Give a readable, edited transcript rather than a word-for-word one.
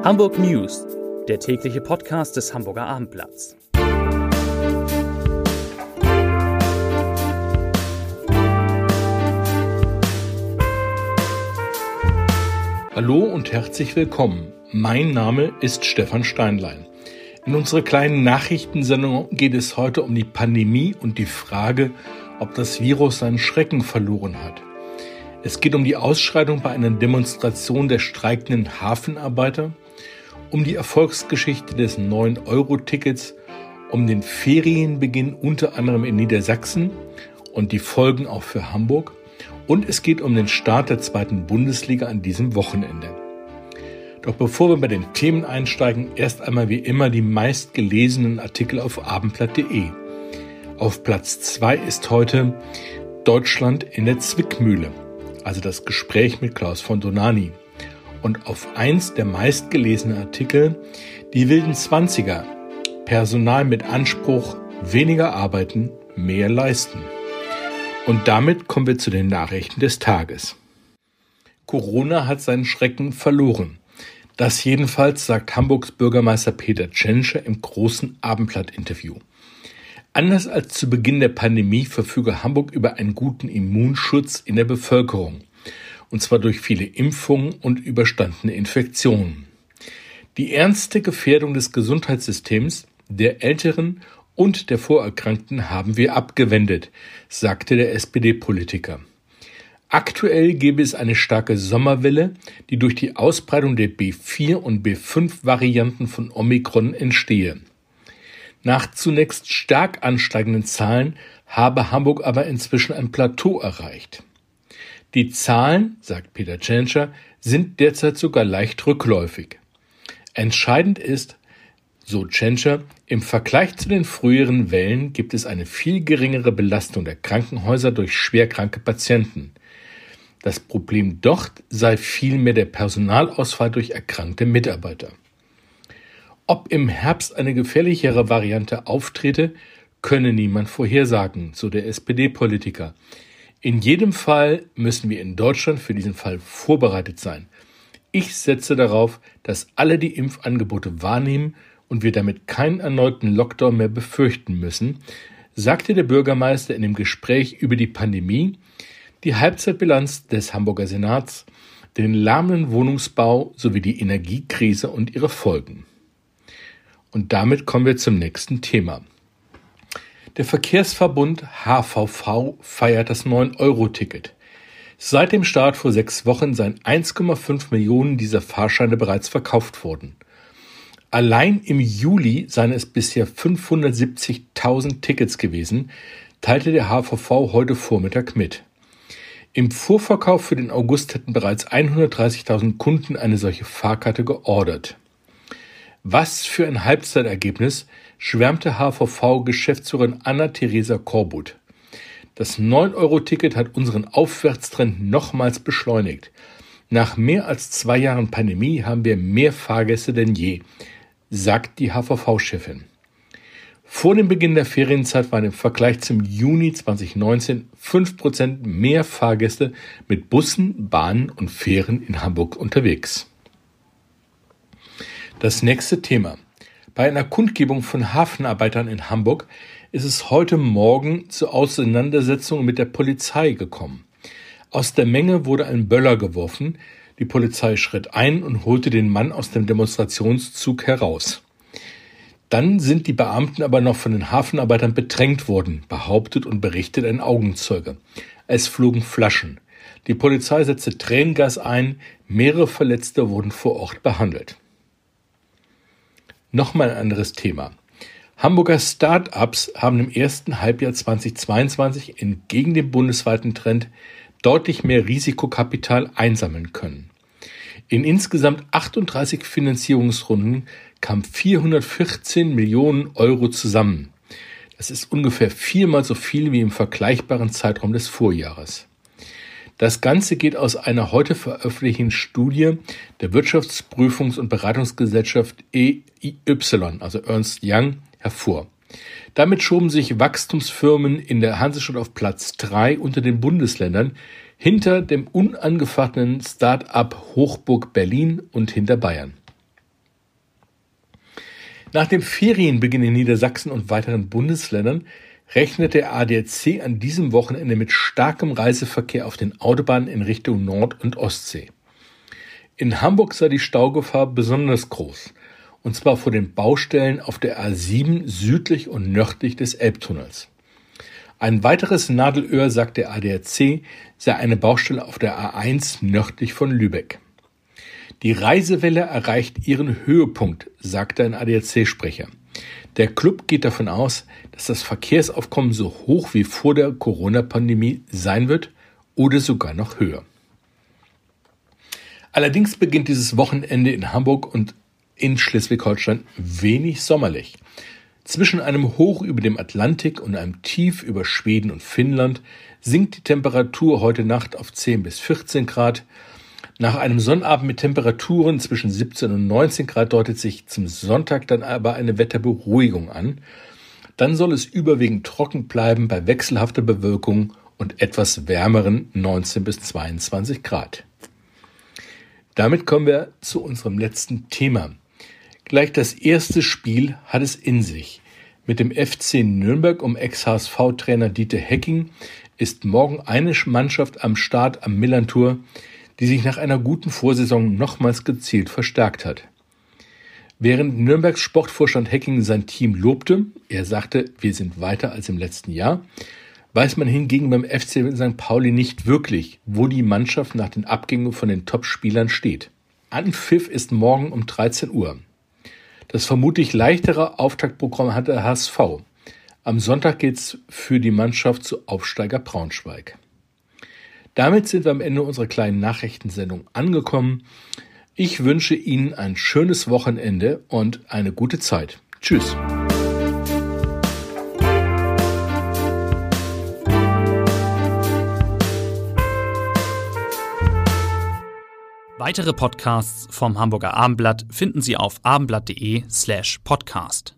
Hamburg News, der tägliche Podcast des Hamburger Abendblatts. Hallo und herzlich willkommen. Mein Name ist Stefan Steinlein. In unserer kleinen Nachrichtensendung geht es heute um die Pandemie und die Frage, ob das Virus seinen Schrecken verloren hat. Es geht um die Ausschreitung bei einer Demonstration der streikenden Hafenarbeiter, um die Erfolgsgeschichte des 9-Euro-Tickets, um den Ferienbeginn unter anderem in Niedersachsen und die Folgen auch für Hamburg. Und es geht um den Start der 2. Bundesliga an diesem Wochenende. Doch bevor wir bei den Themen einsteigen, erst einmal wie immer die meistgelesenen Artikel auf abendblatt.de. Auf Platz 2 ist heute Deutschland in der Zwickmühle, also das Gespräch mit Klaus von Donani. Und auf 1 der meistgelesenen Artikel die wilden 20er, Personal mit Anspruch, weniger arbeiten, mehr leisten. Und damit kommen wir zu den Nachrichten des Tages. Corona hat seinen Schrecken verloren. Das jedenfalls sagt Hamburgs Bürgermeister Peter Tschentscher im großen Abendblatt-Interview. Anders als zu Beginn der Pandemie verfüge Hamburg über einen guten Immunschutz in der Bevölkerung. Und zwar durch viele Impfungen und überstandene Infektionen. Die ernste Gefährdung des Gesundheitssystems, der Älteren und der Vorerkrankten haben wir abgewendet, sagte der SPD-Politiker. Aktuell gäbe es eine starke Sommerwelle, die durch die Ausbreitung der B4 und B5-Varianten von Omikron entstehe. Nach zunächst stark ansteigenden Zahlen habe Hamburg aber inzwischen ein Plateau erreicht. Die Zahlen, sagt Peter Tschentscher, sind derzeit sogar leicht rückläufig. Entscheidend ist, so Tschentscher, im Vergleich zu den früheren Wellen gibt es eine viel geringere Belastung der Krankenhäuser durch schwerkranke Patienten. Das Problem dort sei vielmehr der Personalausfall durch erkrankte Mitarbeiter. Ob im Herbst eine gefährlichere Variante auftrete, könne niemand vorhersagen, so der SPD-Politiker. In jedem Fall müssen wir in Deutschland für diesen Fall vorbereitet sein. Ich setze darauf, dass alle die Impfangebote wahrnehmen und wir damit keinen erneuten Lockdown mehr befürchten müssen, sagte der Bürgermeister in dem Gespräch über die Pandemie, die Halbzeitbilanz des Hamburger Senats, den lahmenden Wohnungsbau sowie die Energiekrise und ihre Folgen. Und damit kommen wir zum nächsten Thema. Der Verkehrsverbund HVV feiert das 9-Euro-Ticket. Seit dem Start vor 6 Wochen seien 1,5 Millionen dieser Fahrscheine bereits verkauft worden. Allein im Juli seien es bisher 570.000 Tickets gewesen, teilte der HVV heute Vormittag mit. Im Vorverkauf für den August hätten bereits 130.000 Kunden eine solche Fahrkarte geordert. Was für ein Halbzeitergebnis, schwärmte HVV-Geschäftsführerin Anna-Theresa Korbut. Das 9-Euro-Ticket hat unseren Aufwärtstrend nochmals beschleunigt. Nach mehr als 2 Jahren Pandemie haben wir mehr Fahrgäste denn je, sagt die HVV-Chefin. Vor dem Beginn der Ferienzeit waren im Vergleich zum Juni 2019 5% mehr Fahrgäste mit Bussen, Bahnen und Fähren in Hamburg unterwegs. Das nächste Thema. Bei einer Kundgebung von Hafenarbeitern in Hamburg ist es heute Morgen zu Auseinandersetzungen mit der Polizei gekommen. Aus der Menge wurde ein Böller geworfen. Die Polizei schritt ein und holte den Mann aus dem Demonstrationszug heraus. Dann sind die Beamten aber noch von den Hafenarbeitern bedrängt worden, behauptet und berichtet ein Augenzeuge. Es flogen Flaschen. Die Polizei setzte Tränengas ein, mehrere Verletzte wurden vor Ort behandelt. Nochmal ein anderes Thema. Hamburger Start-ups haben im ersten Halbjahr 2022 entgegen dem bundesweiten Trend deutlich mehr Risikokapital einsammeln können. In insgesamt 38 Finanzierungsrunden kamen 414 Millionen Euro zusammen. Das ist ungefähr 4-mal so viel wie im vergleichbaren Zeitraum des Vorjahres. Das Ganze geht aus einer heute veröffentlichten Studie der Wirtschaftsprüfungs- und Beratungsgesellschaft EY, also Ernst Young, hervor. Damit schoben sich Wachstumsfirmen in der Hansestadt auf Platz 3 unter den Bundesländern, hinter dem unangefochtenen Start-up Hochburg Berlin und hinter Bayern. Nach dem Ferienbeginn in Niedersachsen und weiteren Bundesländern rechnet der ADAC an diesem Wochenende mit starkem Reiseverkehr auf den Autobahnen in Richtung Nord- und Ostsee. In Hamburg sei die Staugefahr besonders groß, und zwar vor den Baustellen auf der A7 südlich und nördlich des Elbtunnels. Ein weiteres Nadelöhr, sagt der ADAC, sei eine Baustelle auf der A1 nördlich von Lübeck. Die Reisewelle erreicht ihren Höhepunkt, sagte ein ADAC-Sprecher. Der Club geht davon aus, dass das Verkehrsaufkommen so hoch wie vor der Corona-Pandemie sein wird oder sogar noch höher. Allerdings beginnt dieses Wochenende in Hamburg und in Schleswig-Holstein wenig sommerlich. Zwischen einem Hoch über dem Atlantik und einem Tief über Schweden und Finnland sinkt die Temperatur heute Nacht auf 10 bis 14 Grad. Nach einem Sonnabend mit Temperaturen zwischen 17 und 19 Grad deutet sich zum Sonntag dann aber eine Wetterberuhigung an. Dann soll es überwiegend trocken bleiben bei wechselhafter Bewölkung und etwas wärmeren 19 bis 22 Grad. Damit kommen wir zu unserem letzten Thema. Gleich das erste Spiel hat es in sich. Mit dem FC Nürnberg um Ex-HSV-Trainer Dieter Hecking ist morgen eine Mannschaft am Start am Millerntor, die sich nach einer guten Vorsaison nochmals gezielt verstärkt hat. Während Nürnbergs Sportvorstand Hecking sein Team lobte, er sagte, wir sind weiter als im letzten Jahr, weiß man hingegen beim FC St. Pauli nicht wirklich, wo die Mannschaft nach den Abgängen von den Top-Spielern steht. Anpfiff ist morgen um 13 Uhr. Das vermutlich leichtere Auftaktprogramm hat der HSV. Am Sonntag geht's für die Mannschaft zu Aufsteiger Braunschweig. Damit sind wir am Ende unserer kleinen Nachrichtensendung angekommen. Ich wünsche Ihnen ein schönes Wochenende und eine gute Zeit. Tschüss. Weitere Podcasts vom Hamburger Abendblatt finden Sie auf abendblatt.de/podcast.